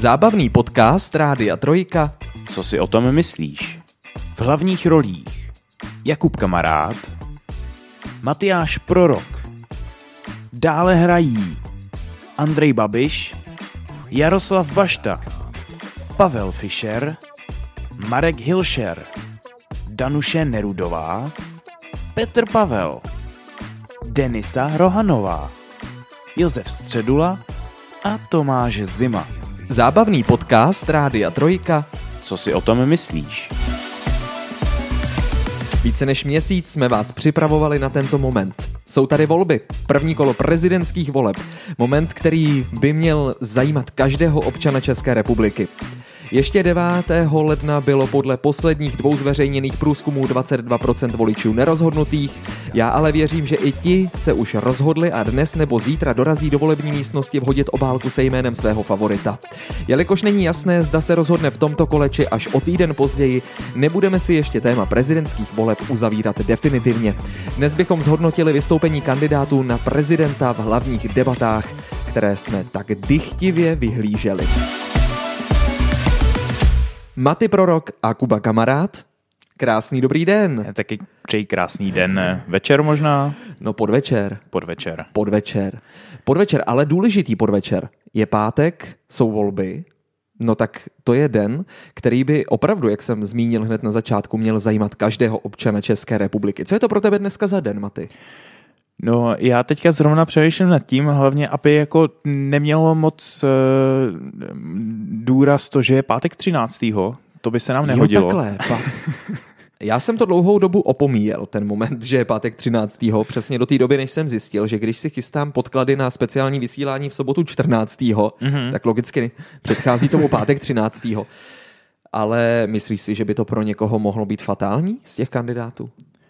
Zábavný podcast Rádia Trojka. Co si o tom myslíš? V hlavních rolích Jakub Kamarád, Matyáš Prorok. Dále hrají Andrej Babiš, Jaroslav Bašta, Pavel Fischer, Marek Hilšer, Danuše Nerudová, Petr Pavel, Denisa Rohanová, Josef Středula a Tomáš Zima. Zábavný podcast Rádia Trojka. Co si o tom myslíš? Více než měsíc jsme vás připravovali na tento moment. Jsou tady volby, první kolo prezidentských voleb. Moment, který by měl zajímat každého občana České republiky. Ještě 9. ledna bylo podle posledních 2 zveřejněných průzkumů 22% voličů nerozhodnutých. Já ale věřím, že i ti se už rozhodli a dnes nebo zítra dorazí do volební místnosti vhodit obálku se jménem svého favorita. Jelikož není jasné, zda se rozhodne v tomto kole či až o týden později, nebudeme si ještě téma prezidentských voleb uzavírat definitivně. Dnes bychom zhodnotili vystoupení kandidátů na prezidenta v hlavních debatách, které jsme tak dychtivě vyhlíželi. Maty Prorok a Kuba Kamarád. Krásný dobrý den. Taky přeji krásný den. Večer možná? No podvečer. Podvečer, ale důležitý podvečer. Je pátek, jsou volby. No tak to je den, který by opravdu, jak jsem zmínil hned na začátku, měl zajímat každého občana České republiky. Co je to pro tebe dneska za den, Maty? No, já teďka zrovna přemýšlím nad tím, hlavně, aby jako nemělo moc důraz to, že je pátek 13. To by se nám nehodilo. Jo, takhle. Já jsem to dlouhou dobu opomíjel, ten moment, že je pátek 13. Přesně do té doby, než jsem zjistil, že když si chystám podklady na speciální vysílání v sobotu 14. Tak logicky předchází tomu pátek 13. Ale myslíš si, že by to pro někoho mohlo být fatální z těch kandidátů?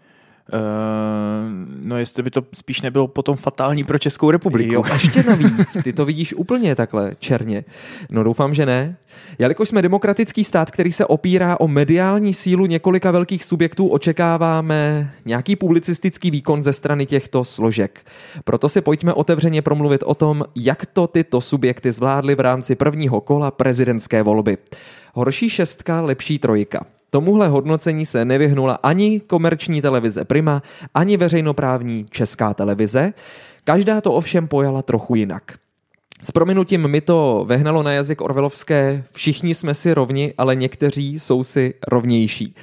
No jestli by to spíš nebylo potom fatální pro Českou republiku. Jo, ještě navíc. Ty to vidíš úplně takhle černě. No doufám, že ne. Jelikož jsme demokratický stát, který se opírá o mediální sílu několika velkých subjektů, očekáváme nějaký publicistický výkon ze strany těchto složek. Proto si pojďme otevřeně promluvit o tom, jak to tyto subjekty zvládly v rámci prvního kola prezidentské volby. Horší 6, lepší 3. Tomuhle hodnocení se nevyhnula ani komerční televize Prima, ani veřejnoprávní Česká televize. Každá to ovšem pojala trochu jinak. S prominutím mi to vehnalo na jazyk orwellovské všichni jsme si rovni, ale někteří jsou si rovnější.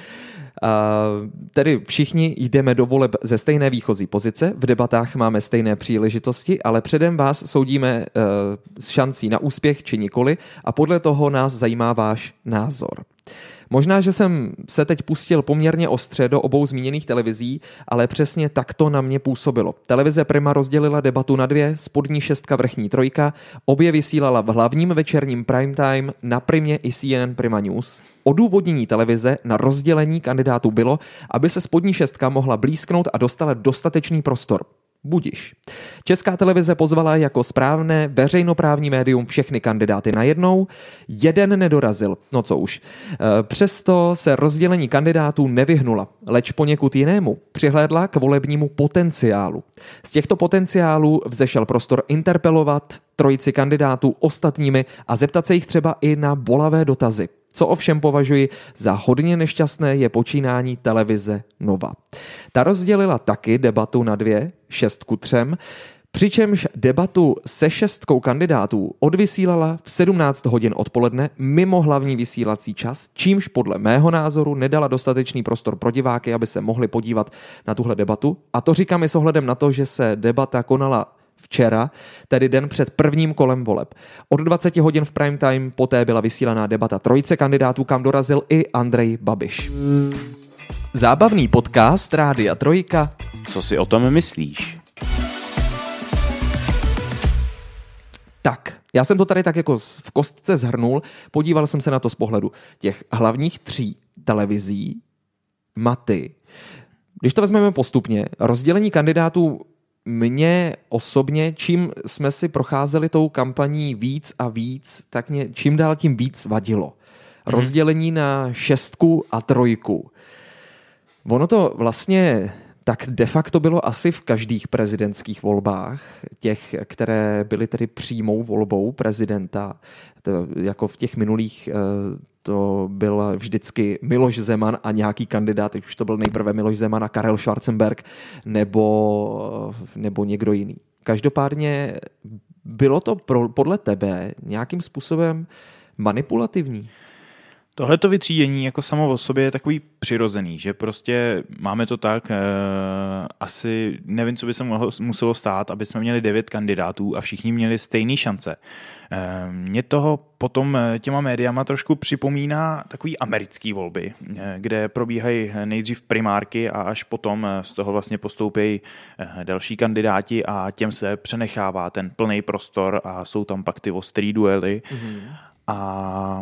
Tedy všichni jdeme do voleb ze stejné výchozí pozice, v debatách máme stejné příležitosti, ale předem vás soudíme s šancí na úspěch či nikoli a podle toho nás zajímá váš názor. Možná, že jsem se teď pustil poměrně ostře do obou zmíněných televizí, ale přesně tak to na mě působilo. Televize Prima rozdělila debatu na 2, spodní 6, vrchní 3, obě vysílala v hlavním večerním prime time na Primě i CNN Prima News. Odůvodnění televize na rozdělení kandidátů bylo, aby se spodní 6 mohla blízknout a dostala dostatečný prostor. Budiš. Česká televize pozvala jako správné veřejnoprávní médium všechny kandidáty najednou, jeden nedorazil, no co už. Přesto se rozdělení kandidátů nevyhnula, leč poněkud jinému přihlédla k volebnímu potenciálu. Z těchto potenciálů vzešel prostor interpelovat 3 kandidátů ostatními a zeptat se jich třeba i na bolavé dotazy. Co ovšem považuji za hodně nešťastné, je počínání televize Nova. Ta rozdělila taky debatu na 2, 6:3, přičemž debatu se 6 kandidátů odvysílala v 17 hodin odpoledne mimo hlavní vysílací čas, čímž podle mého názoru nedala dostatečný prostor pro diváky, aby se mohli podívat na tuhle debatu. A to říkám i s ohledem na to, že se debata konala včera, tedy den před prvním kolem voleb. Od 20 hodin v prime time poté byla vysílaná debata 3 kandidátů, kam dorazil i Andrej Babiš. Zábavný podcast Rádia Trojka. Co si o tom myslíš? Tak, já jsem to tady tak jako v kostce zhrnul, podíval jsem se na to z pohledu těch hlavních 3 televizí, Maty. Když to vezmeme postupně, rozdělení kandidátů mně osobně, čím jsme si procházeli tou kampaní víc a víc, tak mě čím dál tím víc vadilo. Rozdělení na 6 a 3. Ono to vlastně tak de facto bylo asi v každých prezidentských volbách, těch, které byly tedy přímou volbou prezidenta, to jako v těch minulých to byl vždycky Miloš Zeman a nějaký kandidát, teď už to byl nejprve Miloš Zeman a Karel Schwarzenberg nebo někdo jiný. Každopádně bylo to podle tebe nějakým způsobem manipulativní? Tohleto vytřídění jako samo o sobě je takový přirozený, že prostě máme to tak, asi nevím, co by se muselo stát, aby jsme měli 9 kandidátů a všichni měli stejné šance. Mě toho potom těma médiama trošku připomíná takový americký volby, kde probíhají nejdřív primárky a až potom z toho vlastně postoupí další kandidáti a těm se přenechává ten plný prostor a jsou tam pak ty ostrý duely. A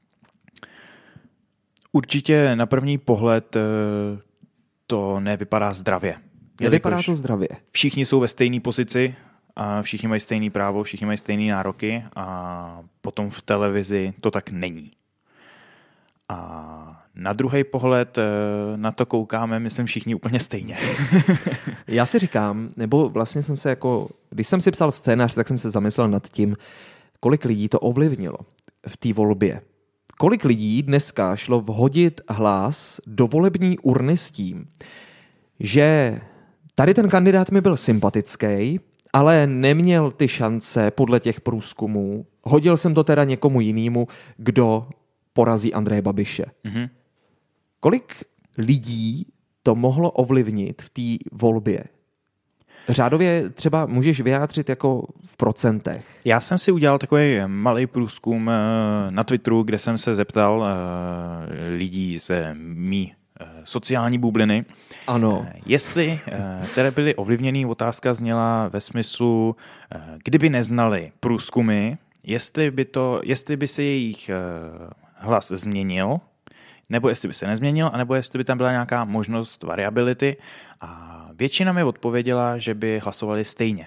určitě na první pohled to nevypadá zdravě. Nevypadá to zdravě. Všichni jsou ve stejné pozici a všichni mají stejné právo, všichni mají stejné nároky a potom v televizi to tak není. A na druhý pohled na to koukáme, myslím, všichni úplně stejně. Já si říkám, nebo vlastně jsem se když jsem si psal scénář, tak jsem se zamyslel nad tím, kolik lidí to ovlivnilo v té volbě. Kolik lidí dneska šlo vhodit hlas do volební urny s tím, že tady ten kandidát mi byl sympatický, ale neměl ty šance podle těch průzkumů. Hodil jsem to teda někomu jinému, kdo porazí Andreje Babiše. Mm-hmm. Kolik lidí to mohlo ovlivnit v té volbě? Řádově třeba můžeš vyjádřit jako v procentech. Já jsem si udělal takový malý průzkum na Twitteru, kde jsem se zeptal lidí ze mý sociální bubliny. Ano. Jestli které byly ovlivněný, otázka zněla ve smyslu, kdyby neznali průzkumy, jestli by se jejich hlas změnil, nebo jestli by se nezměnil, anebo jestli by tam byla nějaká možnost variability. A většina mi odpověděla, že by hlasovali stejně.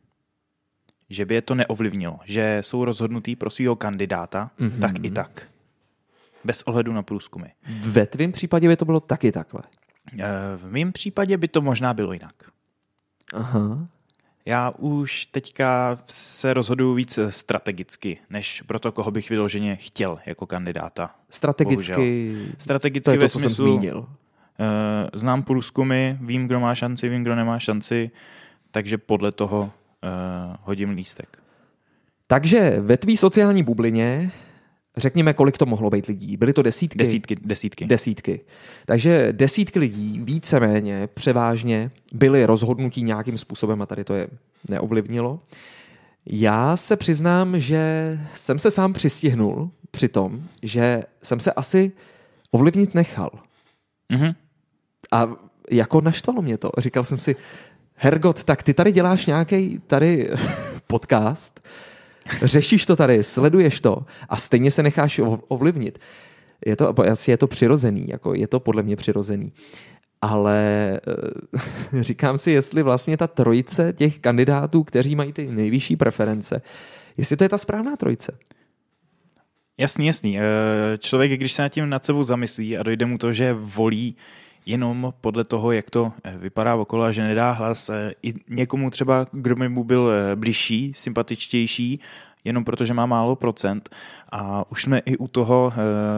Že by je to neovlivnilo. Že jsou rozhodnutí pro svého kandidáta, tak i tak. Bez ohledu na průzkumy. Ve tvém případě by to bylo taky takhle? V mém případě by to možná bylo jinak. Aha. Já už teďka se rozhoduju víc strategicky, než pro to, koho bych vyloženě chtěl jako kandidáta. Strategicky strategicky to je to, ve co smyslu, jsem zmínil. Znám průzkumy, vím, kdo má šanci, vím, kdo nemá šanci, takže podle toho hodím lístek. Takže ve tvý sociální bublině, řekněme, kolik to mohlo být lidí? Byly to desítky? Desítky. Takže desítky lidí víceméně, převážně byly rozhodnutí nějakým způsobem a tady to je neovlivnilo. Já se přiznám, že jsem se sám přistihnul při tom, že jsem se asi ovlivnit nechal. Mm-hmm. A jako naštvalo mě to. Říkal jsem si, Hergot, tak ty tady děláš nějaký tady podcast, řešíš to tady, sleduješ to a stejně se necháš ovlivnit. Je to přirozený, jako je to podle mě přirozený. Ale říkám si, jestli vlastně ta trojice těch kandidátů, kteří mají ty nejvyšší preference, jestli to je ta správná trojice. Jasný. Člověk, když se nad sebou zamyslí a dojde mu to, že volí jenom podle toho, jak to vypadá okolo a že nedá hlas i někomu třeba, kdo by mu byl bližší, sympatičtější, jenom protože má málo procent. A už jsme i u toho,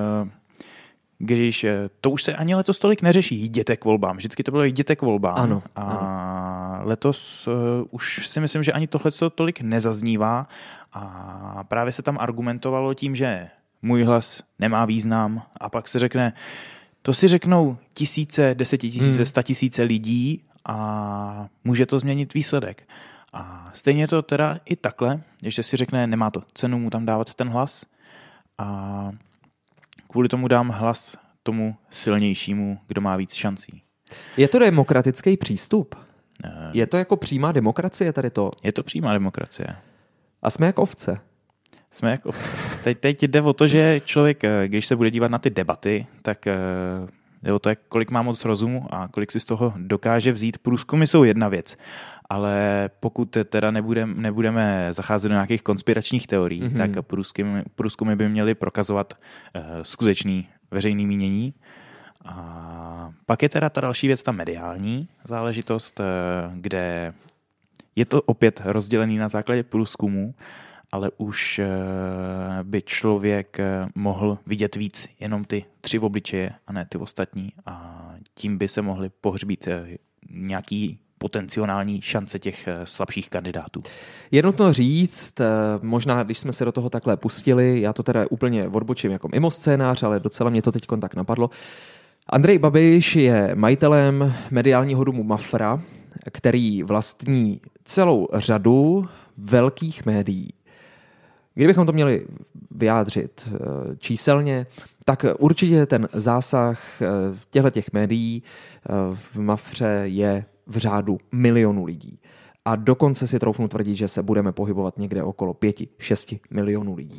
když to už se ani letos tolik neřeší, jděte k volbám. Vždycky to bylo jděte k volbám. Ano. Letos už si myslím, že ani tohle tolik nezaznívá a právě se tam argumentovalo tím, že můj hlas nemá význam a pak se řekne, to si řeknou tisíce, 10 000, 100 000 lidí a může to změnit výsledek. A stejně to teda i takhle, že si řekne, nemá to cenu mu tam dávat ten hlas a kvůli tomu dám hlas tomu silnějšímu, kdo má víc šancí. Je to demokratický přístup? Je to jako přímá demokracie tady to? Je to přímá demokracie. A jsme jak ovce? Jsme jak ovce. Teď jde o to, že člověk, když se bude dívat na ty debaty, tak jde o to, kolik má moc rozumu a kolik si z toho dokáže vzít. Průzkumy jsou jedna věc, ale pokud teda nebudeme zacházet do nějakých konspiračních teorií, tak průzkumy by měly prokazovat skutečný veřejný mínění A pak je teda ta další věc, ta mediální záležitost, kde je to opět rozdělený na základě průzkumu, ale už by člověk mohl vidět víc jenom ty 3 obličeje a ne ty ostatní a tím by se mohly pohřbít nějaký potenciální šance těch slabších kandidátů. Je nutno říct, možná když jsme se do toho takhle pustili, já to teda úplně odbočím jako mimo scénář, ale docela mě to teď tak napadlo. Andrej Babiš je majitelem mediálního domu Mafra, který vlastní celou řadu velkých médií. Kdybychom to měli vyjádřit číselně, tak určitě ten zásah těchto médií v Mafře je v řádu milionů lidí. A dokonce si troufnu tvrdit, že se budeme pohybovat někde okolo 5-6 milionů lidí,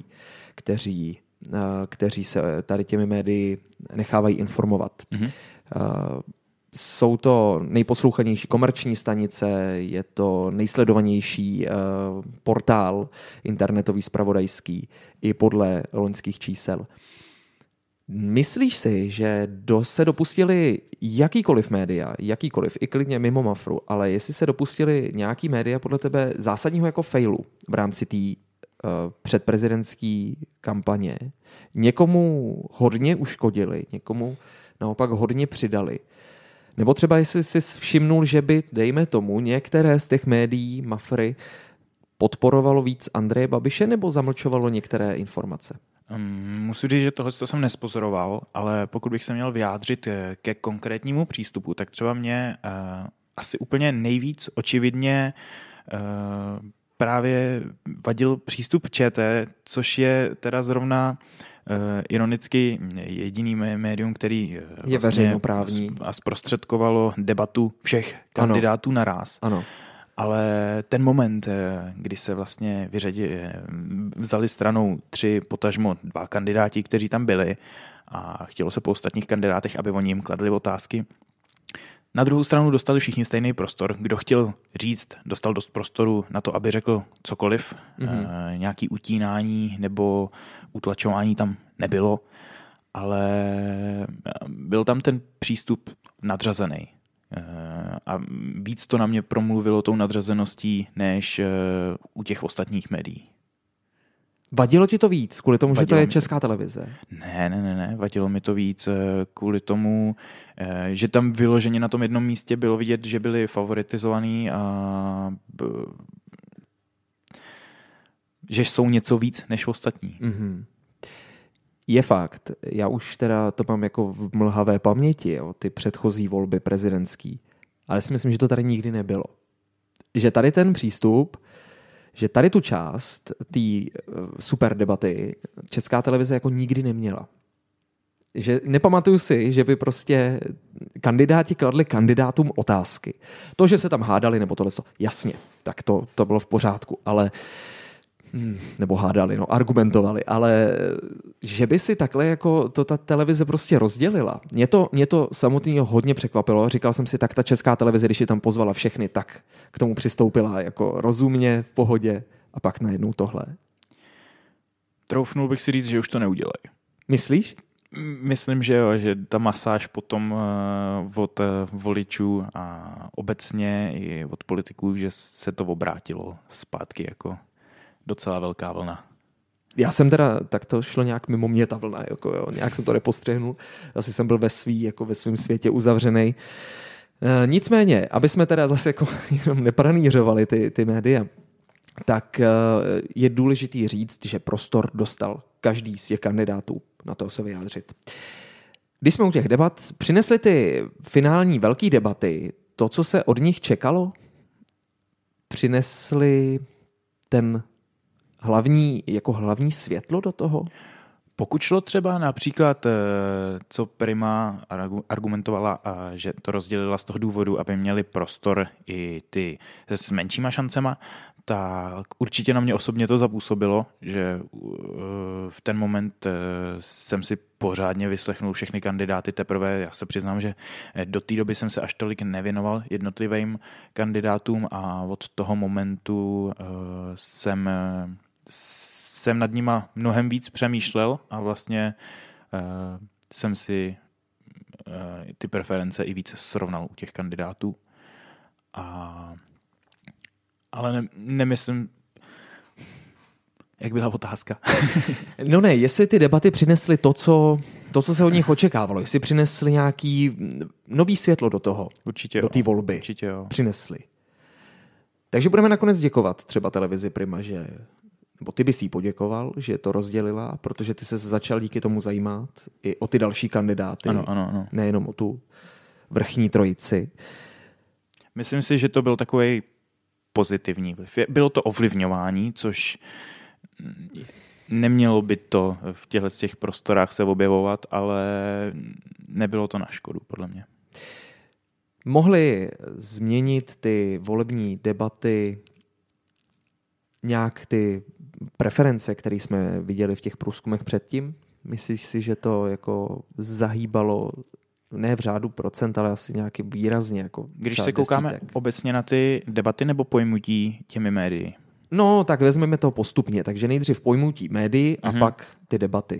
kteří se tady těmi médii nechávají informovat. Mm-hmm. Jsou to nejposlouchanější komerční stanice, je to nejsledovanější portál internetový zpravodajský i podle loňských čísel. Myslíš si, že se dopustili jakýkoliv média, i klidně mimo Mafru, ale jestli se dopustili nějaký média podle tebe zásadního jako failu v rámci té předprezidentské kampaně, někomu hodně uškodili, někomu naopak hodně přidali? Nebo třeba jestli jsi všimnul, že by, dejme tomu, některé z těch médií Mafry podporovalo víc Andreje Babiše nebo zamlčovalo některé informace? Musím říct, že tohle jsem nespozoroval, ale pokud bych se měl vyjádřit ke konkrétnímu přístupu, tak třeba mě asi úplně nejvíc očividně právě vadil přístup ČT, což je teda zrovna ironicky jediný médium, který je veřejnoprávní a zprostředkovalo debatu všech kandidátů naráz. Ano. Ale ten moment, kdy se vlastně vzali stranou 3, potažmo 2 kandidáti, kteří tam byli a chtělo se po ostatních kandidátech, aby oni jim kladli otázky. Na druhou stranu dostali všichni stejný prostor. Kdo chtěl říct, dostal dost prostoru na to, aby řekl cokoliv. Mm-hmm. Nějaký utínání nebo utlačování tam nebylo, ale byl tam ten přístup nadřazený. A víc to na mě promluvilo tou nadřazeností, než u těch ostatních médií. Vadilo ti to víc kvůli tomu, že to je Česká televize? Ne. Vadilo mi to víc kvůli tomu, že tam vyloženě na tom jednom místě bylo vidět, že byli favoritizovaní a že jsou něco víc než ostatní. Mm-hmm. Je fakt, já už teda to mám jako v mlhavé paměti, jo, ty předchozí volby prezidentský, ale si myslím, že to tady nikdy nebylo. Že tady ten přístup, že tady tu část té super debaty Česká televize jako nikdy neměla. Že nepamatuju si, že by prostě kandidáti kladli kandidátům otázky. To, že se tam hádali nebo tohle, jasně, tak to bylo v pořádku, ale nebo hádali, argumentovali, ale že by si takhle jako to ta televize prostě rozdělila. Mě to samotného hodně překvapilo. Říkal jsem si, tak ta Česká televize, když je tam pozvala všechny, tak k tomu přistoupila jako rozumně, v pohodě a pak najednou tohle. Troufnul bych si říct, že už to neudělají. Myslíš? Myslím, že jo, že ta masáž potom od voličů a obecně i od politiků, že se to obrátilo zpátky jako docela velká vlna. Já jsem teda, tak to šlo nějak mimo mě ta vlna, jo, nějak jsem to nepostřehnul, asi jsem byl ve svém světě uzavřenej. Nicméně, aby jsme teda zase jako jenom nepranířovali ty média, tak je důležitý říct, že prostor dostal každý z těch kandidátů na to se vyjádřit. Když jsme u těch debat, přinesly ty finální velké debaty to, co se od nich čekalo? Přinesly ten hlavní světlo do toho? Pokud šlo třeba například, co Prima argumentovala, že to rozdělila z toho důvodu, aby měli prostor i ty s menšíma šancema, tak určitě na mě osobně to zapůsobilo, že v ten moment jsem si pořádně vyslechnul všechny kandidáty. Teprve já se přiznám, že do té doby jsem se až tolik nevěnoval jednotlivým kandidátům a od toho momentu jsem nad nima mnohem víc přemýšlel a vlastně jsem si ty preference i více srovnal u těch kandidátů. Ale nemyslím, jak byla otázka. No ne, jestli ty debaty přinesly to, co se od nich očekávalo, jestli přinesly nějaký nový světlo do toho, Určitě do té volby. Určitě jo. Přinesly. Takže budeme nakonec děkovat třeba televizi Prima, že, nebo ty bys jí poděkoval, že to rozdělila, protože ty se začal díky tomu zajímat i o ty další kandidáty. Ano. Nejenom o tu vrchní trojici. Myslím si, že to byl takový pozitivní vliv. Bylo to ovlivňování, což nemělo by to v těch prostorách se objevovat, ale nebylo to na škodu, podle mě. Mohly změnit ty volební debaty nějak ty preference, které jsme viděli v těch průzkumech předtím? Myslíš si, že to jako zahýbalo ne v řádu procent, ale asi nějaký výrazně jako Když se koukáme desítek. obecně na ty debaty nebo pojmutí těmi médii? No, tak vezmeme to postupně. Takže nejdřív pojmutí médií a pak ty debaty.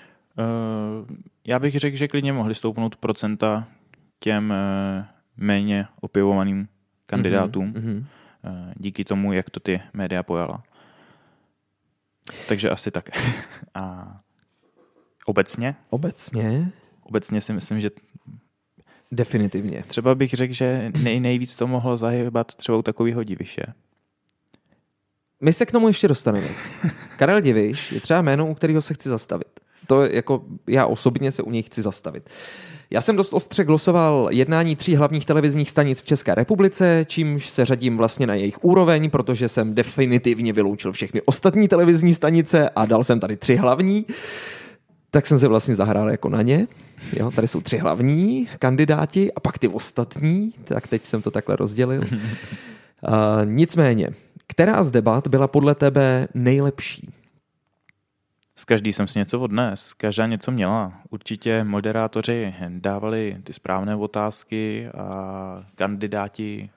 Já bych řekl, že klidně mohli stoupnout procenta těm méně opěvovaným kandidátům díky tomu, jak to ty média pojala. Takže asi tak. A obecně? Obecně si myslím, že Definitivně. třeba bych řekl, že nejvíc to mohlo zahybat třeba u takového Diviše. My se k tomu ještě dostaneme. Karel Diviš je třeba jméno, u kterého se chci zastavit. To jako já osobně se u něj chci zastavit. Já jsem dost ostře glosoval jednání 3 hlavních televizních stanic v České republice, čímž se řadím vlastně na jejich úroveň, protože jsem definitivně vyloučil všechny ostatní televizní stanice a dal jsem tady 3 hlavní. Tak jsem se vlastně zahrál jako na ně. Jo, tady jsou 3 hlavní kandidáti a pak ty ostatní, tak teď jsem to takhle rozdělil. Nicméně, která z debat byla podle tebe nejlepší? Z každý jsem si něco odnes, každá něco měla. Určitě moderátoři dávali ty správné otázky a kandidáti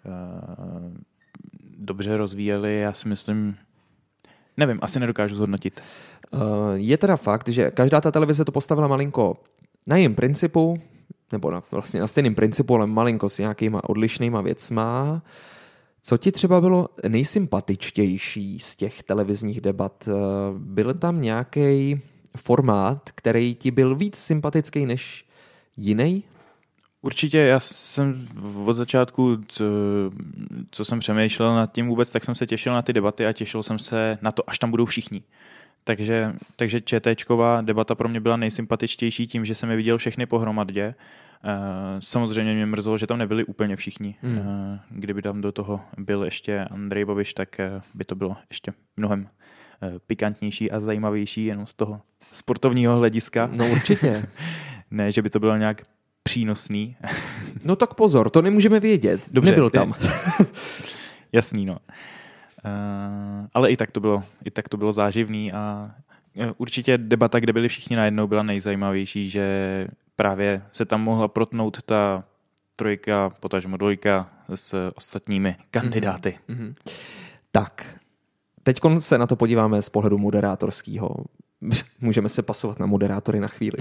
dobře rozvíjeli. Já si myslím, nevím, asi nedokážu zhodnotit. Je teda fakt, že každá ta televize to postavila malinko na jejím principu, nebo vlastně na stejným principu, ale malinko s nějakýma odlišnýma věcma. Co ti třeba bylo nejsympatičtější z těch televizních debat? Byl tam nějaký formát, který ti byl víc sympatický než jiný? Určitě, já jsem od začátku, co jsem přemýšlel nad tím vůbec, tak jsem se těšil na ty debaty a těšil jsem se na to, až tam budou všichni. Takže ČTčková debata pro mě byla nejsympatičtější tím, že jsem je viděl všechny pohromadě. Samozřejmě mě mrzelo, že tam nebyli úplně všichni. Kdyby tam do toho byl ještě Andrej Babiš, tak by to bylo ještě mnohem pikantnější a zajímavější jenom z toho sportovního hlediska. No určitě. Ne, že by to bylo nějak přínosný. No tak pozor, to nemůžeme vědět. Dobře, nebyl tam. Jasný, no. Ale i tak to bylo záživný a určitě debata, kde byli všichni najednou, byla nejzajímavější, že právě se tam mohla protnout ta 3, potažmo 2 s ostatními kandidáty. Tak, teď se na to podíváme z pohledu moderátorského. Můžeme se pasovat na moderátory na chvíli.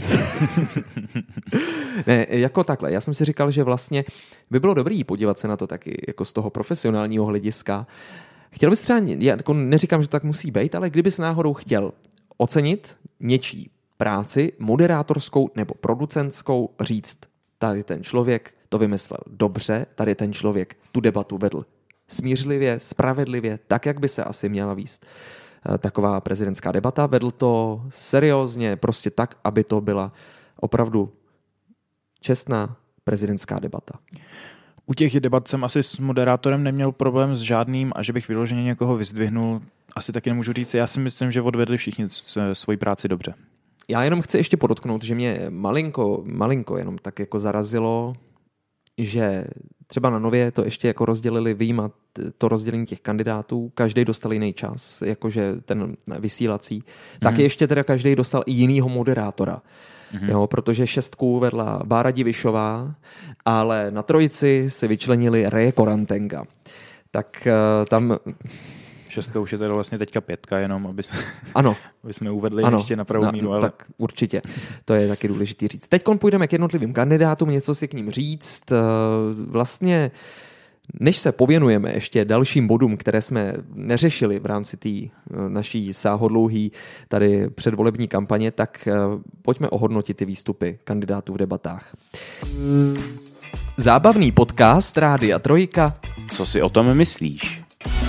Ne, jako takhle. Já jsem si říkal, že vlastně by bylo dobrý podívat se na to taky jako z toho profesionálního hlediska. Chtěl bys třeba, já jako neříkám, že to tak musí být, ale kdybys náhodou chtěl ocenit něčí práci, moderátorskou nebo producentskou, říct, tady ten člověk to vymyslel dobře, tady ten člověk tu debatu vedl smířlivě, spravedlivě, tak, jak by se asi měla vést taková prezidentská debata. Vedl to seriózně, prostě tak, aby to byla opravdu čestná prezidentská debata. U těch debat jsem asi s moderátorem neměl problém s žádným a že bych vyloženě někoho vyzdvihnul, asi taky nemůžu říct. Já si myslím, že odvedli všichni svoji práci dobře. Já jenom chci ještě podotknout, že mě malinko jenom tak jako zarazilo, že třeba na Nově to ještě jako rozdělili vyjímat to rozdělení těch kandidátů, každý dostal jiný čas, jakože ten vysílací, tak ještě teda každý dostal i jinýho moderátora. Jo, protože 6 vedla Bára Divišová, ale na 3 se vyčlenili Reje Korantenga. Tak tam 6 už je teda vlastně teďka 5, jenom aby jsme uvedli ještě na pravou míru. Ale... Tak určitě, to je taky důležitý říct. Teď půjdeme k jednotlivým kandidátům, něco si k ním říct. Vlastně než se pověnujeme ještě dalším bodům, které jsme neřešili v rámci té naší sáhodlouhé tady předvolební kampaně, tak pojďme ohodnotit ty výstupy kandidátů v debatách. Zábavný podcast Rádia Trojka. Co si o tom myslíš?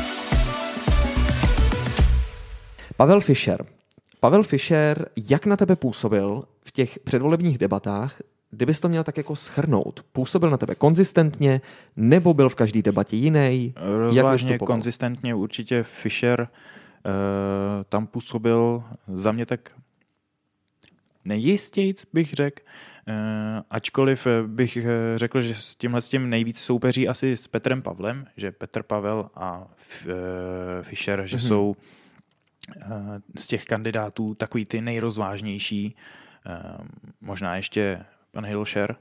Pavel Fischer, jak na tebe působil v těch předvolebních debatách, kdybys to měl tak jako shrnout? Působil na tebe konzistentně, nebo byl v každé debatě jiný? Rozvážně konzistentně určitě Fischer tam působil za mě tak nejistějc, bych řekl. Ačkoliv bych řekl, že s tím nejvíc soupeří asi s Petrem Pavlem, že Petr Pavel a Fischer, že jsou z těch kandidátů takový ty nejrozvážnější, možná ještě pan Hilšer,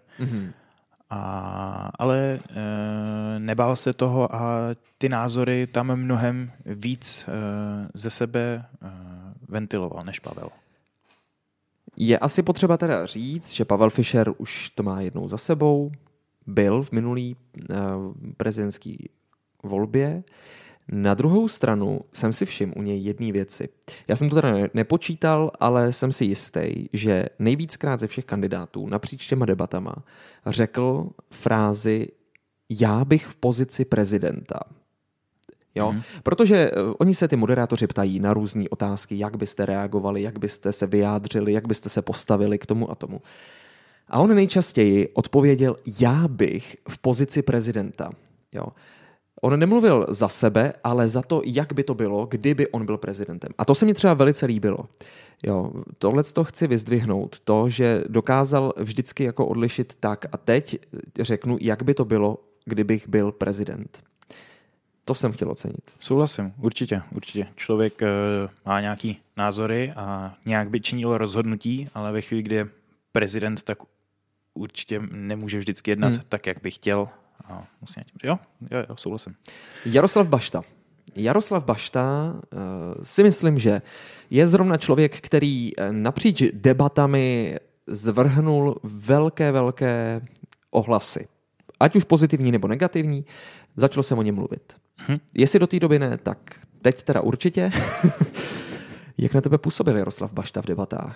ale nebál se toho a ty názory tam mnohem víc ze sebe ventiloval než Pavel. Je asi potřeba teda říct, že Pavel Fischer už to má jednou za sebou, byl v minulý prezidentské volbě. Na druhou stranu jsem si všiml u něj jedné věci. Já jsem to teda nepočítal, ale jsem si jistý, že nejvíckrát ze všech kandidátů napříč těma debatama řekl frázi já bych v pozici prezidenta. Jo? Protože oni se ty moderátoři ptají na různé otázky, jak byste reagovali, jak byste se vyjádřili, jak byste se postavili k tomu a tomu. A on nejčastěji odpověděl já bych v pozici prezidenta. Jo? On nemluvil za sebe, ale za to, jak by to bylo, kdyby on byl prezidentem. A to se mi třeba velice líbilo. Jo, tohleto chci vyzdvihnout. To, že dokázal vždycky jako odlišit tak a teď řeknu, jak by to bylo, kdybych byl prezident. To jsem chtěl ocenit. Souhlasím, určitě. Člověk má nějaký názory a nějak by činil rozhodnutí, ale ve chvíli, kdy je prezident, tak určitě nemůže vždycky jednat tak, jak by chtěl. A musím jo, souhlasím. Jaroslav Bašta si myslím, že je zrovna člověk, který napříč debatami zvrhnul velké ohlasy. Ať už pozitivní nebo negativní, začalo se o něm mluvit. Jestli do té doby ne, tak teď teda určitě. Jak na tebe působil Jaroslav Bašta v debatách?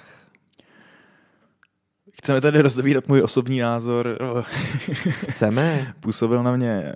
Chceme tady rozvídat můj osobní názor. Chceme. Působil na mě.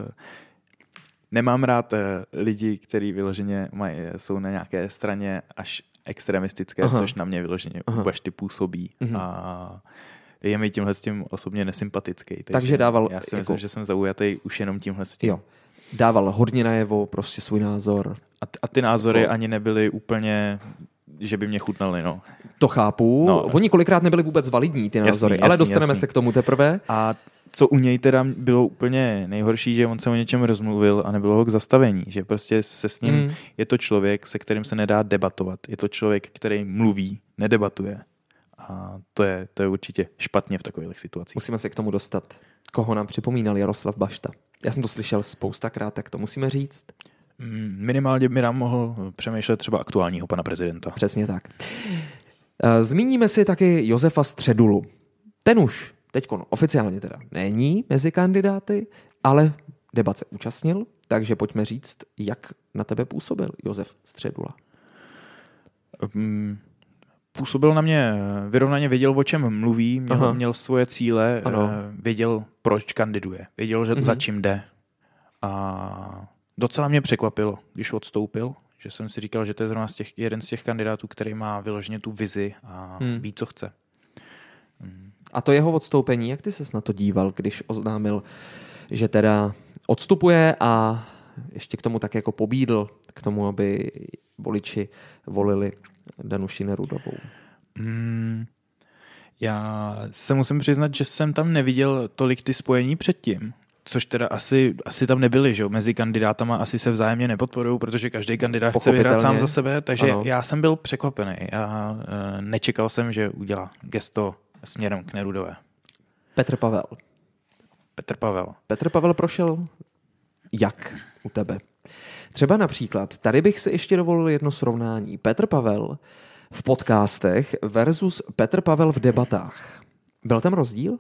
Nemám rád lidi, kteří vyloženě jsou na nějaké straně až extremistické, což na mě vyloženě u Bašty působí. A je mi tímhle s tím osobně nesympatický. Takže dával... Já si myslím, že jsem zaujatý už jenom tímhle s tím. Jo. Dával hodně najevo prostě svůj názor. A ty názory ani nebyly úplně... že by mě chutnali, no. To chápu. No. Oni kolikrát nebyly vůbec validní, ty názory, jasný, ale dostaneme se k tomu teprve. A co u něj teda bylo úplně nejhorší, že on se o něčem rozmluvil a nebylo ho k zastavení, že prostě se s ním je to člověk, se kterým se nedá debatovat. Je to člověk, který mluví, nedebatuje. A to je určitě špatně v takových situacích. Musíme se k tomu dostat. Koho nám připomínal Jaroslav Bašta? Já jsem to slyšel spoustakrát, tak to musíme říct. Minimálně by nám mohl přemýšlet třeba aktuálního pana prezidenta. Přesně tak. Zmíníme si taky Josefa Středulu. Ten už teďkon oficiálně teda není mezi kandidáty, ale debat se účastnil, takže pojďme říct, jak na tebe působil Josef Středula. Působil na mě, vyrovnaně věděl, o čem mluví, měl svoje cíle, věděl, proč kandiduje, věděl, že za čím jde. A docela mě překvapilo, když odstoupil, že jsem si říkal, že to je zrovna jeden z těch kandidátů, který má vyloženě tu vizi a ví, co chce. A to jeho odstoupení, jak ty ses na to díval, když oznámil, že teda odstupuje a ještě k tomu tak jako pobídl, k tomu, aby voliči volili Danuši Nerudovou? Já se musím přiznat, že jsem tam neviděl tolik ty spojení předtím. Což teda asi tam nebyly, že jo? Mezi kandidátama asi se vzájemně nepodporují, protože každý kandidát chce vyhrát sám za sebe, takže já jsem byl překvapený. Já nečekal jsem, že udělá gesto směrem k Nerudové. Petr Pavel. Petr Pavel. Petr Pavel prošel jak u tebe? Třeba například, tady bych si ještě dovolil jedno srovnání. Petr Pavel v podcastech versus Petr Pavel v debatách. Byl tam rozdíl?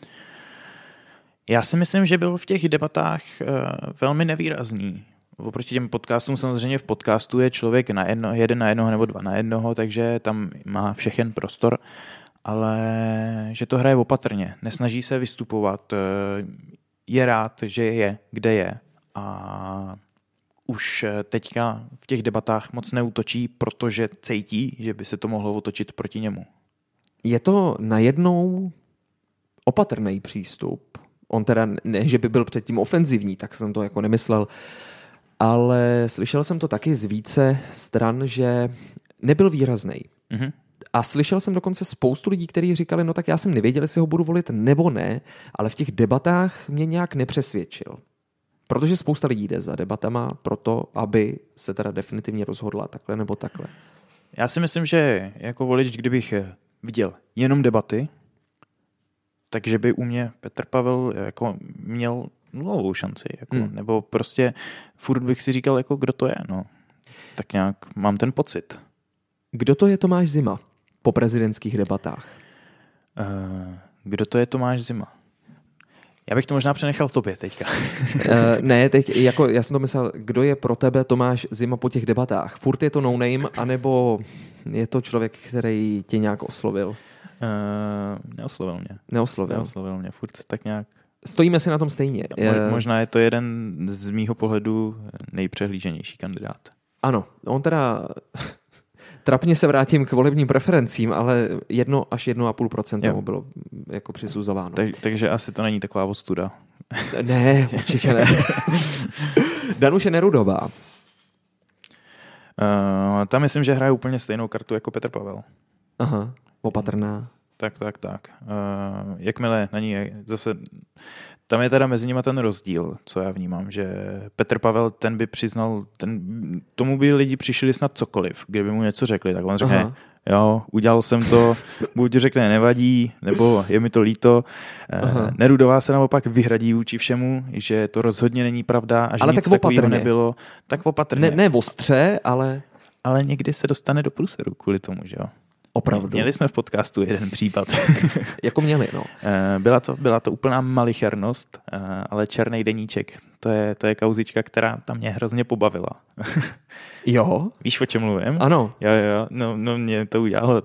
Já si myslím, že byl v těch debatách velmi nevýrazný. Oproti těm podcastům samozřejmě v podcastu je člověk jeden na jednoho nebo dva na jednoho, takže tam má všechen prostor, ale že to hraje opatrně. Nesnaží se vystupovat, je rád, že je, kde je a už teďka v těch debatách moc neútočí, protože cítí, že by se to mohlo otočit proti němu. Je to najednou opatrný přístup. On teda ne, že by byl předtím ofenzivní, tak jsem to jako nemyslel, ale slyšel jsem to taky z více stran, že nebyl výraznej. Mhm. A slyšel jsem dokonce spoustu lidí, kteří říkali, no tak já jsem nevěděl, jestli ho budu volit nebo ne, ale v těch debatách mě nějak nepřesvědčil. Protože spousta lidí jde za debatama proto, aby se teda definitivně rozhodla takhle nebo takhle. Já si myslím, že jako volič, kdybych viděl jenom debaty, takže by u mě Petr Pavel jako měl nulovou šanci. Jako, nebo prostě furt bych si říkal, jako, kdo to je. No. Tak nějak mám ten pocit. Kdo to je Tomáš Zima po prezidentských debatách? Kdo to je Tomáš Zima? Já bych to možná přenechal tobě teďka. Ne, teď jako já jsem to myslel, kdo je pro tebe Tomáš Zima po těch debatách? Furt je to no name, anebo je to člověk, který tě nějak oslovil? Neoslovil mě. Neoslovil mě, furt tak nějak. Stojíme si na tom stejně. Možná je to jeden z mýho pohledu nejpřehlíženější kandidát. Ano, on teda trapně se vrátím k volebním preferencím, ale 1 až 1,5% mu bylo jako přisuzováno. Takže asi to není taková ostuda. Ne, určitě ne. Danuše Nerudová. Tam myslím, že hraje úplně stejnou kartu jako Petr Pavel. Aha, opatrná. Tak. Jakmile na ní je zase, tam je teda mezi nimi ten rozdíl, co já vnímám, že Petr Pavel, ten by přiznal, tomu by lidi přišli snad cokoliv, kdyby mu něco řekli, tak on řekne, jo, udělal jsem to, buď řekne nevadí, nebo je mi to líto. Nerudová se naopak vyhradí vůči všemu, že to rozhodně není pravda a že ale nic tak takového nebylo. Tak opatrně. Ne ostře, ale... Ale někdy se dostane do průseru kvůli tomu, že jo. Opravdu. Měli jsme v podcastu jeden případ. Jako měli, no. Byla to úplná malichernost, ale Černý deníček, to je kauzička, která tam mě hrozně pobavila. Jo? Víš, o čem mluvím? Ano. Jo, no mě to udělalo,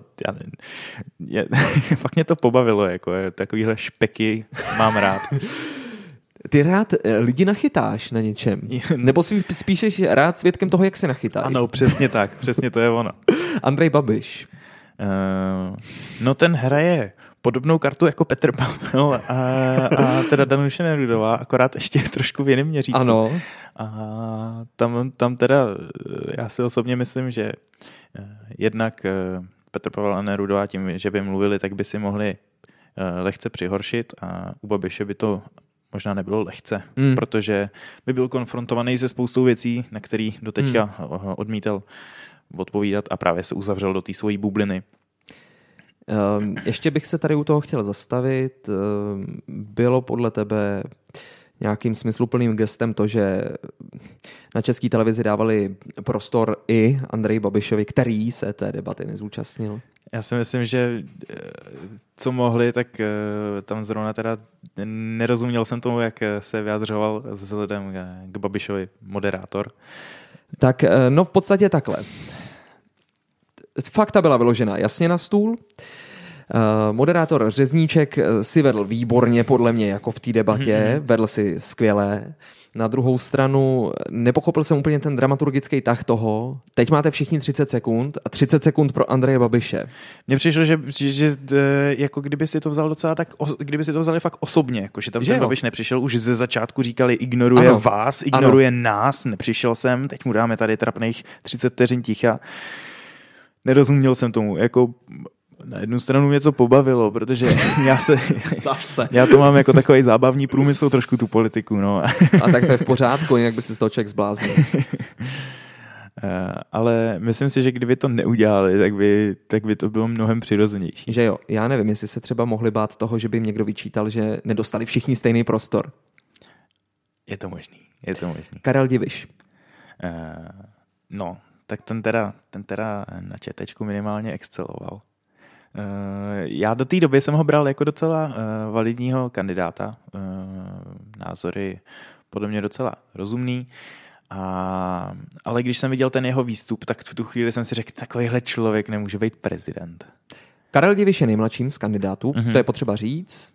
fakt mě to pobavilo, jako takovýhle špeky mám rád. Ty rád lidi nachytáš na něčem? Nebo si spíš rád svědkem toho, jak se nachytáš? Ano, přesně tak, přesně to je ono. Andrej Babiš. No ten hraje podobnou kartu jako Petr Pavel a teda Danuše Nerudová, akorát ještě trošku v jiném měřítku. Ano. A tam teda já si osobně myslím, že jednak Petr Pavel a Nerudová tím, že by mluvili, tak by si mohli lehce přihoršit a u Babiše by to možná nebylo lehce, protože by byl konfrontovaný se spoustou věcí, na který doteďka odmítal odpovídat a právě se uzavřel do té svojí bubliny. Ještě bych se tady u toho chtěl zastavit. Bylo podle tebe nějakým smysluplným gestem to, že na České televizi dávali prostor i Andreji Babišovi, který se té debaty nezúčastnil? Já si myslím, že co mohli, tak tam zrovna teda nerozuměl jsem tomu, jak se vyjadřoval vzhledem k Babišovi moderátor. Tak no v podstatě takhle. Fakta byla vyložena jasně na stůl. Moderátor Řezníček si vedl výborně, podle mě, jako v té debatě. Vedl si skvěle. Na druhou stranu nepochopil jsem úplně ten dramaturgický tah toho. Teď máte všichni 30 sekund a 30 sekund pro Andreje Babiše. Mně přišlo, že jako kdyby si to vzal docela tak, kdyby si to vzali fakt osobně, jako že tam ten Babiš nepřišel, už ze začátku říkali, ignoruje vás, ignoruje nás, nepřišel jsem, teď mu dáme tady trapných 30 vteřin ticha. Nerozuměl jsem tomu, jako na jednu stranu mě to pobavilo, protože já to mám jako takový zábavní průmysl, trošku tu politiku, no. A tak to je v pořádku, jinak by si z toho člověk zbláznil. Ale myslím si, že kdyby to neudělali, tak by to bylo mnohem přirozenější. Že jo, já nevím, jestli se třeba mohli bát toho, že by jim někdo vyčítal, že nedostali všichni stejný prostor. Je to možný. Karel Diviš. No, tak ten teda na četečku minimálně exceloval. Já do té doby jsem ho bral jako docela validního kandidáta. Názory podle mě docela rozumný. Ale když jsem viděl ten jeho výstup, tak v tu chvíli jsem si řekl, takovýhle člověk nemůže být prezident. Karel Diviš je nejmladším z kandidátů, to je potřeba říct.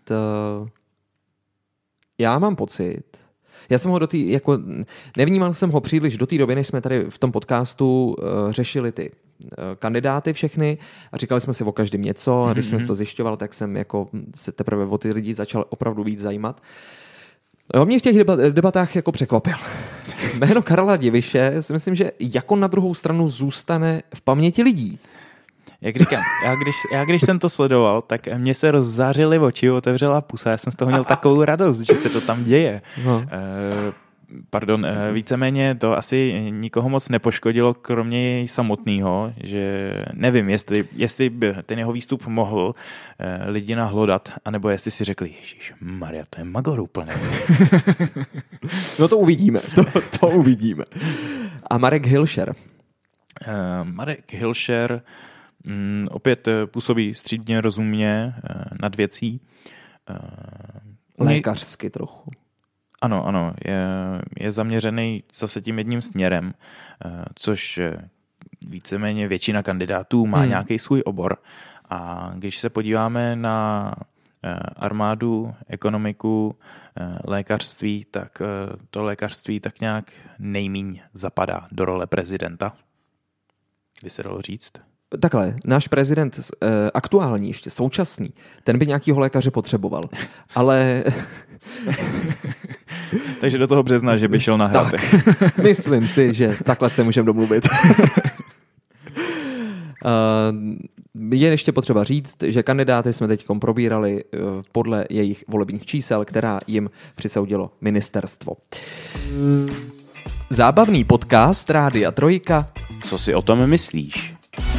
Já mám pocit, já jsem ho nevnímal jsem ho příliš do té doby, než jsme tady v tom podcastu řešili ty kandidáty všechny a říkali jsme si o každém něco a když jsem to zjišťoval, tak jsem jako se teprve o ty lidi začal opravdu víc zajímat. Mě v těch debatách jako překvapil. Jméno Karla Diviše si myslím, že jako na druhou stranu zůstane v paměti lidí. Jak říkám, já když jsem to sledoval, tak mě se rozzářily oči, otevřela pusa, já jsem z toho měl takovou radost, že se to tam děje. No. Víceméně to asi nikoho moc nepoškodilo, kromě jej samotného, že nevím, jestli by ten jeho výstup mohl lidi nahlodat, anebo jestli si řekli, Ježíš Maria, to je magor úplně. No to uvidíme, to uvidíme. A Marek Hilšer? Marek Hilšer opět působí střídně, rozumně, nad věcí. Lékařsky trochu. Ano, je zaměřený zase tím jedním směrem, což víceméně většina kandidátů má nějaký svůj obor. A když se podíváme na armádu, ekonomiku, lékařství, tak to lékařství tak nějak nejmíň zapadá do role prezidenta, by se dalo říct. Takhle, náš prezident aktuální ještě, současný, ten by nějakýho lékaře potřeboval, ale... Takže do toho března, že by šel na Hrad. Myslím si, že takhle se můžeme domluvit. Je ještě potřeba říct, že kandidáty jsme teď probírali podle jejich volebních čísel, která jim přisoudilo ministerstvo. Zábavný podcast Rádia Trojka. Co si o tom myslíš?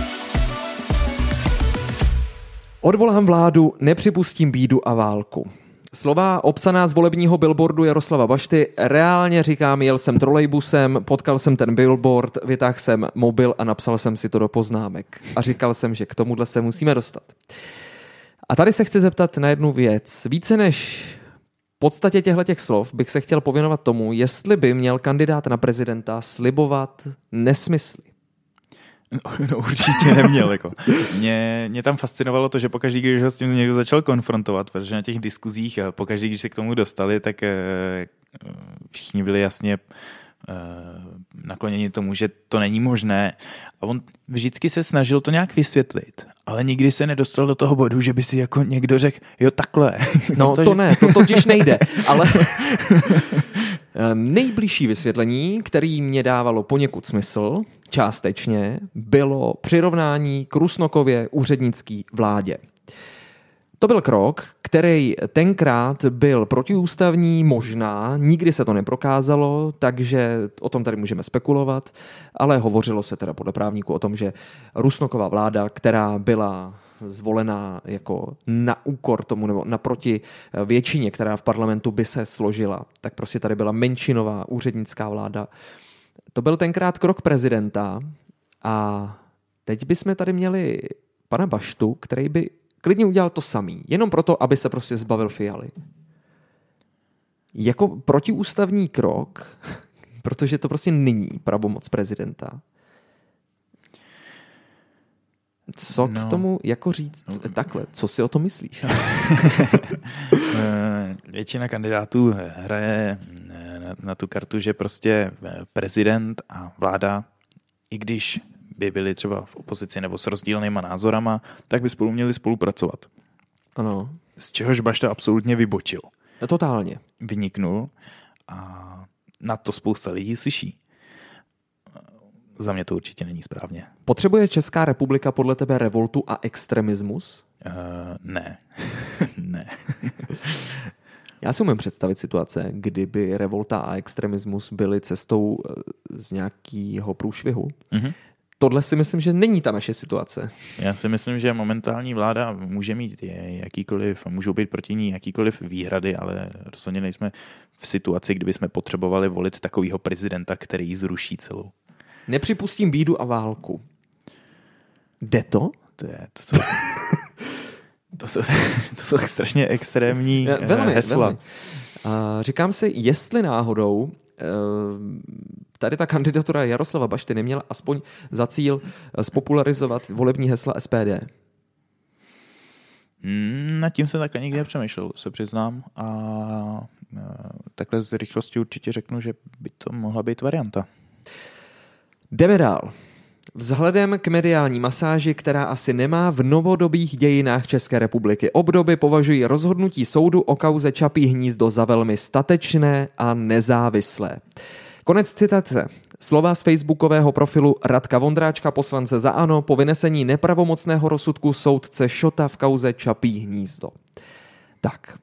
Odvolám vládu, nepřipustím bídu a válku. Slova obsaná z volebního billboardu Jaroslava Bašty, reálně říkám, jel jsem trolejbusem, potkal jsem ten billboard, vytáhl jsem mobil a napsal jsem si to do poznámek. A říkal jsem, že k tomuhle se musíme dostat. A tady se chci zeptat na jednu věc. Více než v podstatě těchto slov bych se chtěl pověnovat tomu, jestli by měl kandidát na prezidenta slibovat nesmysly. No určitě neměl. Jako. Mě tam fascinovalo to, že pokaždý, když ho s tím někdo začal konfrontovat, protože na těch diskuzích, pokaždý, když se k tomu dostali, tak všichni byli jasně nakloněni tomu, že to není možné. A on vždycky se snažil to nějak vysvětlit, ale nikdy se nedostal do toho bodu, že by si jako někdo řekl, jo takhle. No to ne, to totiž nejde, ale... Nejbližší vysvětlení, který mě dávalo poněkud smysl, částečně, bylo přirovnání k Rusnokově úřednické vládě. To byl krok, který tenkrát byl protiústavní, možná, nikdy se to neprokázalo, takže o tom tady můžeme spekulovat, ale hovořilo se teda podle právníků o tom, že Rusnokova vláda, která byla zvolená jako na úkor tomu nebo naproti většině, která v parlamentu by se složila, tak prostě tady byla menšinová úřednická vláda. To byl tenkrát krok prezidenta a teď bychom tady měli pana Baštu, který by klidně udělal to samý, jenom proto, aby se prostě zbavil Fialy. Jako protiústavní krok, protože to prostě není pravomoc prezidenta. Co k tomu jako říct takhle? Co si o tom myslíš? Většina kandidátů hraje na tu kartu, že prostě prezident a vláda, i když by byli třeba v opozici nebo s rozdílnýma názorama, tak by spolu měli spolupracovat. Ano. Z čehož Bašta absolutně vybočil. Totálně. Vyniknul a na to spousta lidí slyší. Za mě to určitě není správně. Potřebuje Česká republika podle tebe revoltu a extremismus? Ne. Ne. Já si umím představit situace, kdyby revolta a extremismus byly cestou z nějakého průšvihu. Mm-hmm. tohle si myslím, že není ta naše situace. Já si myslím, že momentální vláda může mít můžou být proti ní jakýkoliv výhrady, ale rozhodně nejsme v situaci, kdyby jsme potřebovali volit takového prezidenta, který ji zruší celou. Nepřipustím bídu a válku. Jde to? To jsou strašně extrémní hesla. Velmi. Říkám si, jestli náhodou tady ta kandidatura Jaroslava Bašty neměla aspoň za cíl spopularizovat volební hesla SPD. Nad tím jsem takhle nikdy nepřemýšlel, se přiznám. A takhle z rychlosti určitě řeknu, že by to mohla být varianta. Jdeme dál. Vzhledem k mediální masáži, která asi nemá v novodobých dějinách České republiky obdoby, považuji rozhodnutí soudu o kauze Čapí hnízdo za velmi statečné a nezávislé. Konec citace. Slova z facebookového profilu Radka Vondráčka, poslance za ANO, po vynesení nepravomocného rozsudku soudce Šota v kauze Čapí hnízdo. Tak.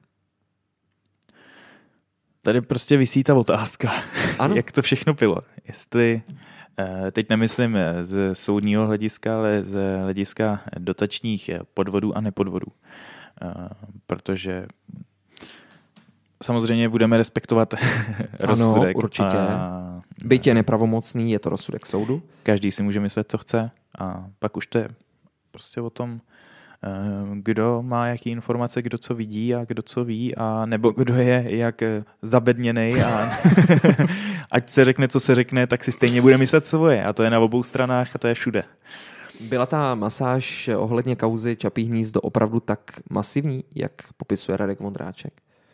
Tady prostě visí ta otázka, ano? Jak to všechno bylo. Jestli, teď nemyslím z soudního hlediska, ale z hlediska dotačních podvodů a nepodvodů. Protože samozřejmě budeme respektovat rozsudek. Ano, určitě. Byť je nepravomocný, je to rozsudek soudu. Každý si může myslet, co chce, a pak už to je prostě o tom, kdo má jaký informace, kdo co vidí a kdo co ví, a nebo kdo je jak zabedněnej a ať se řekne, co se řekne, tak si stejně bude myslet svoje, a to je na obou stranách a to je všude. Byla ta masáž ohledně kauzy Čapí hnízdo opravdu tak masivní, jak popisuje Radek Vondráček?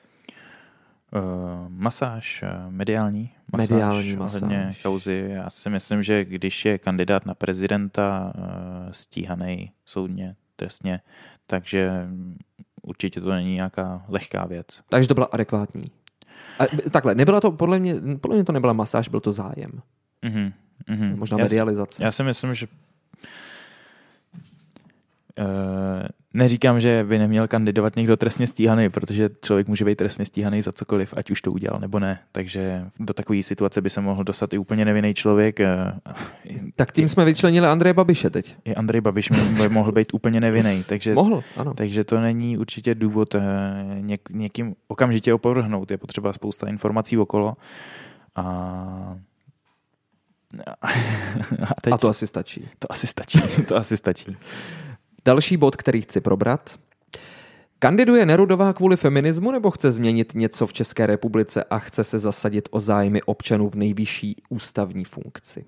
Mediální masáž. Kauzy. Já si myslím, že když je kandidát na prezidenta stíhaný soudně, trestně, takže určitě to není nějaká lehká věc. Takže to byla adekvátní. A takhle, nebyla to, podle mě to nebyla masáž, byl to zájem. Možná medializace. Já si myslím, že neříkám, že by neměl kandidovat někdo trestně stíhaný, protože člověk může být trestně stíhaný za cokoliv, ať už to udělal nebo ne. Takže do takové situace by se mohl dostat i úplně nevinný člověk. Tak tím jsme vyčlenili Andreje Babiše teď. I Andrej Babiš by mohl být úplně nevinný. Takže, mohl, ano. Takže to není určitě důvod někým okamžitě opovrhnout. Je potřeba spousta informací okolo. A to asi stačí. To asi stačí. Další bod, který chci probrat. Kandiduje Nerudová kvůli feminismu, nebo chce změnit něco v České republice a chce se zasadit o zájmy občanů v nejvyšší ústavní funkci?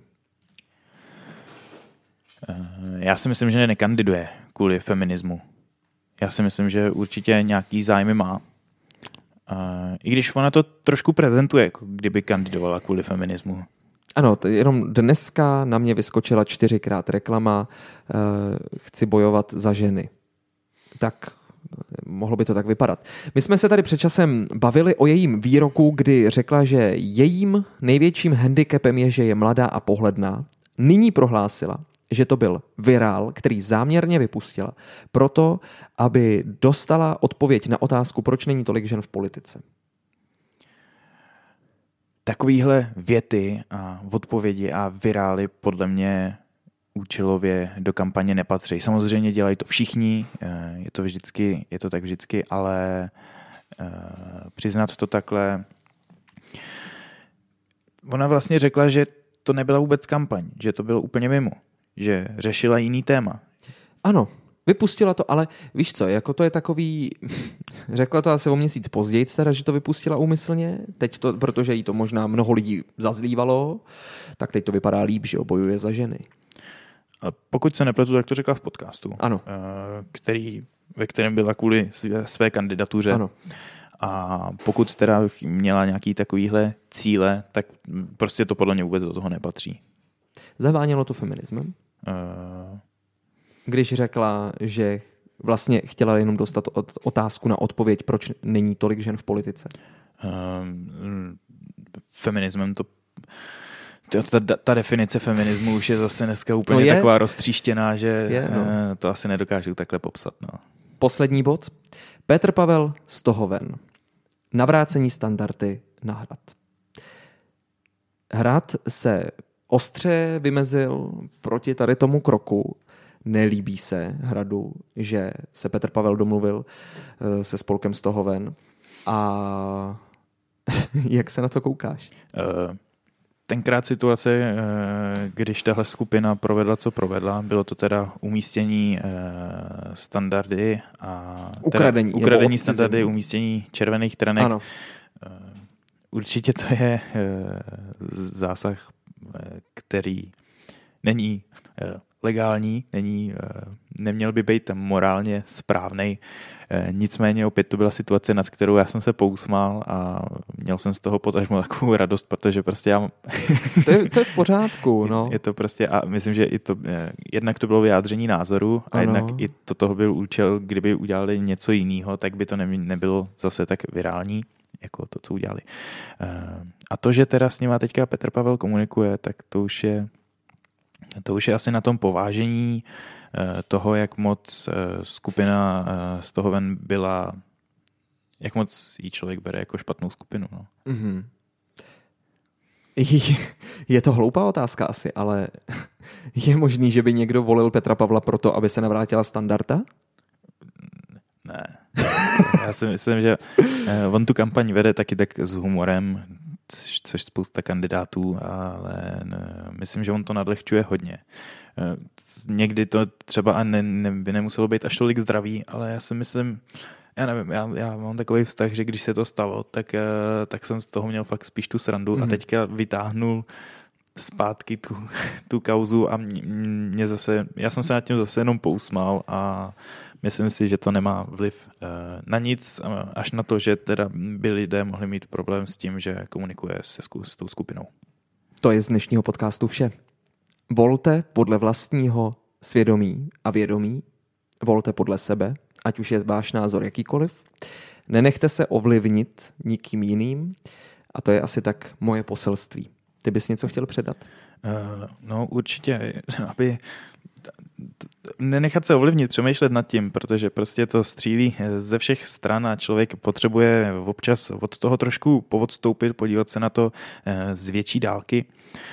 Já si myslím, že nekandiduje kvůli feminismu. Já si myslím, že určitě nějaký zájmy má. I když ona to trošku prezentuje, jako kdyby kandidovala kvůli feminismu. Ano, jenom dneska na mě vyskočila 4krát reklama chci bojovat za ženy. Tak mohlo by to tak vypadat. My jsme se tady před časem bavili o jejím výroku, kdy řekla, že jejím největším handicapem je, že je mladá a pohledná. Nyní prohlásila, že to byl virál, který záměrně vypustila, proto, aby dostala odpověď na otázku, proč není tolik žen v politice. Takovýhle věty a odpovědi a virály podle mě účelově do kampaně nepatří. Samozřejmě dělají to všichni, je to tak vždycky, ale přiznat to takhle. Ona vlastně řekla, že to nebyla vůbec kampaň, že to bylo úplně mimo, že řešila jiný téma. Ano, vypustila to, ale víš co, jako to je takový, řekla to asi o měsíc později, teda, že to vypustila úmyslně, teď to, protože jí to možná mnoho lidí zazlívalo, tak teď to vypadá líp, že bojuje za ženy. A pokud se nepletu, tak to řekla v podcastu, ano. Ve kterém byla kvůli své kandidatuře. Ano. A pokud teda měla nějaký takovýhle cíle, tak prostě to podle mě vůbec do toho nepatří. Zavánělo to feminismem? Když řekla, že vlastně chtěla jenom dostat otázku na odpověď, proč není tolik žen v politice? Feminismem ta definice feminismu už je zase dneska úplně taková roztříštěná, že to asi nedokážu takhle popsat. No. Poslední bod. Petr Pavel z toho ven. Navrácení standardy na Hrad. Hrad se ostře vymezil proti tady tomu kroku. Nelíbí se Hradu, že se Petr Pavel domluvil se spolkem Stohoven. A jak se na to koukáš? Tenkrát situace, když tahle skupina provedla, co provedla, bylo to teda umístění standardy a ukradení standardy, umístění červených trenek. Ano. Určitě to je zásah, který není legální, neměl by být morálně správnej. Nicméně opět to byla situace, nad kterou já jsem se pousmál a měl jsem z toho potažmo takovou radost, protože prostě já... To je v pořádku, no. Je to prostě, a myslím, že i to, jednak to bylo vyjádření názoru a jednak i toho byl účel, kdyby udělali něco jiného, tak by to nebylo zase tak virální, jako to, co udělali. A to, že teda s nima teďka Petr Pavel komunikuje, tak to už je asi na tom povážení toho, jak moc skupina Stohoven byla, jak moc jí člověk bere jako špatnou skupinu. No. Mm-hmm. Je to hloupá otázka asi, ale je možný, že by někdo volil Petra Pavla proto, aby se navrátila standarda? Ne. Já si myslím, že on tu kampaň vede taky tak s humorem, což spousta kandidátů, ale myslím, že on to nadlehčuje hodně. Někdy to třeba by nemuselo být až tolik zdravý, ale já si myslím, já nevím, já mám takový vztah, že když se to stalo, tak jsem z toho měl fakt spíš tu srandu a teďka vytáhnul zpátky tu kauzu a já jsem se nad tím zase jenom pousmál a myslím si, že to nemá vliv na nic, až na to, že teda by lidé mohli mít problém s tím, že komunikuje s tou skupinou. To je z dnešního podcastu vše. Volte podle vlastního svědomí a vědomí. Volte podle sebe, ať už je váš názor jakýkoliv. Nenechte se ovlivnit nikým jiným a to je asi tak moje poselství. Ty bys něco chtěl předat? No určitě, aby nenechat se ovlivnit, přemýšlet nad tím, protože prostě to střílí ze všech stran a člověk potřebuje občas od toho trošku poodstoupit, podívat se na to z větší dálky.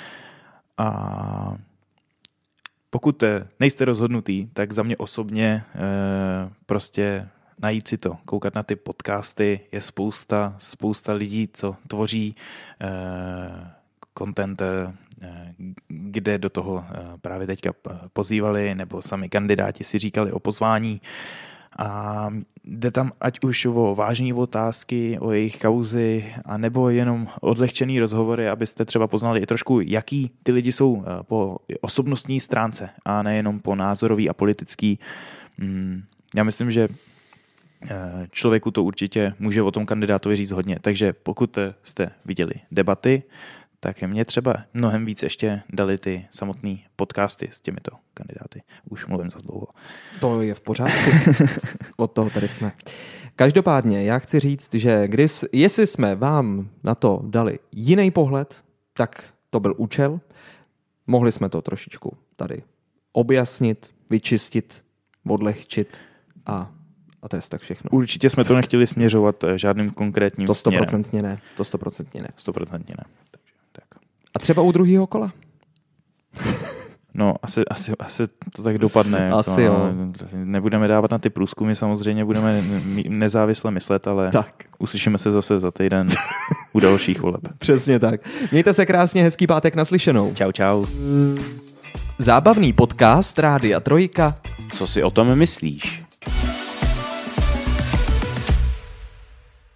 A pokud nejste rozhodnutý, tak za mě osobně prostě najít si to, koukat na ty podcasty, je spousta lidí, co tvoří content, kde do toho právě teďka pozývali, nebo sami kandidáti si říkali o pozvání. A jde tam ať už o vážné otázky, o jejich kauzy, anebo jenom odlehčený rozhovory, abyste třeba poznali i trošku, jaký ty lidi jsou po osobnostní stránce a nejenom po názorový a politický. Já myslím, že člověku to určitě může o tom kandidátovi říct hodně. Takže pokud jste viděli debaty, tak mě třeba mnohem víc ještě dali ty samotný podcasty s těmito kandidáty. Už mluvím za dlouho. To je v pořádku. Od toho tady jsme. Každopádně já chci říct, že jestli jsme vám na to dali jiný pohled, tak to byl účel. Mohli jsme to trošičku tady objasnit, vyčistit, odlehčit a to je tak všechno. Určitě jsme to nechtěli směřovat žádným konkrétním směrem. To 100% ne. 100% ne. A třeba u druhého kola? No, asi to tak dopadne. Asi jo. Nebudeme dávat na ty průzkumy, samozřejmě budeme nezávisle myslet, ale tak. Uslyšíme se zase za týden u dalších voleb. Přesně tak. Mějte se krásně, hezký pátek, naslyšenou. Čau. Zábavný podcast Rádia Trojka. Co si o tom myslíš?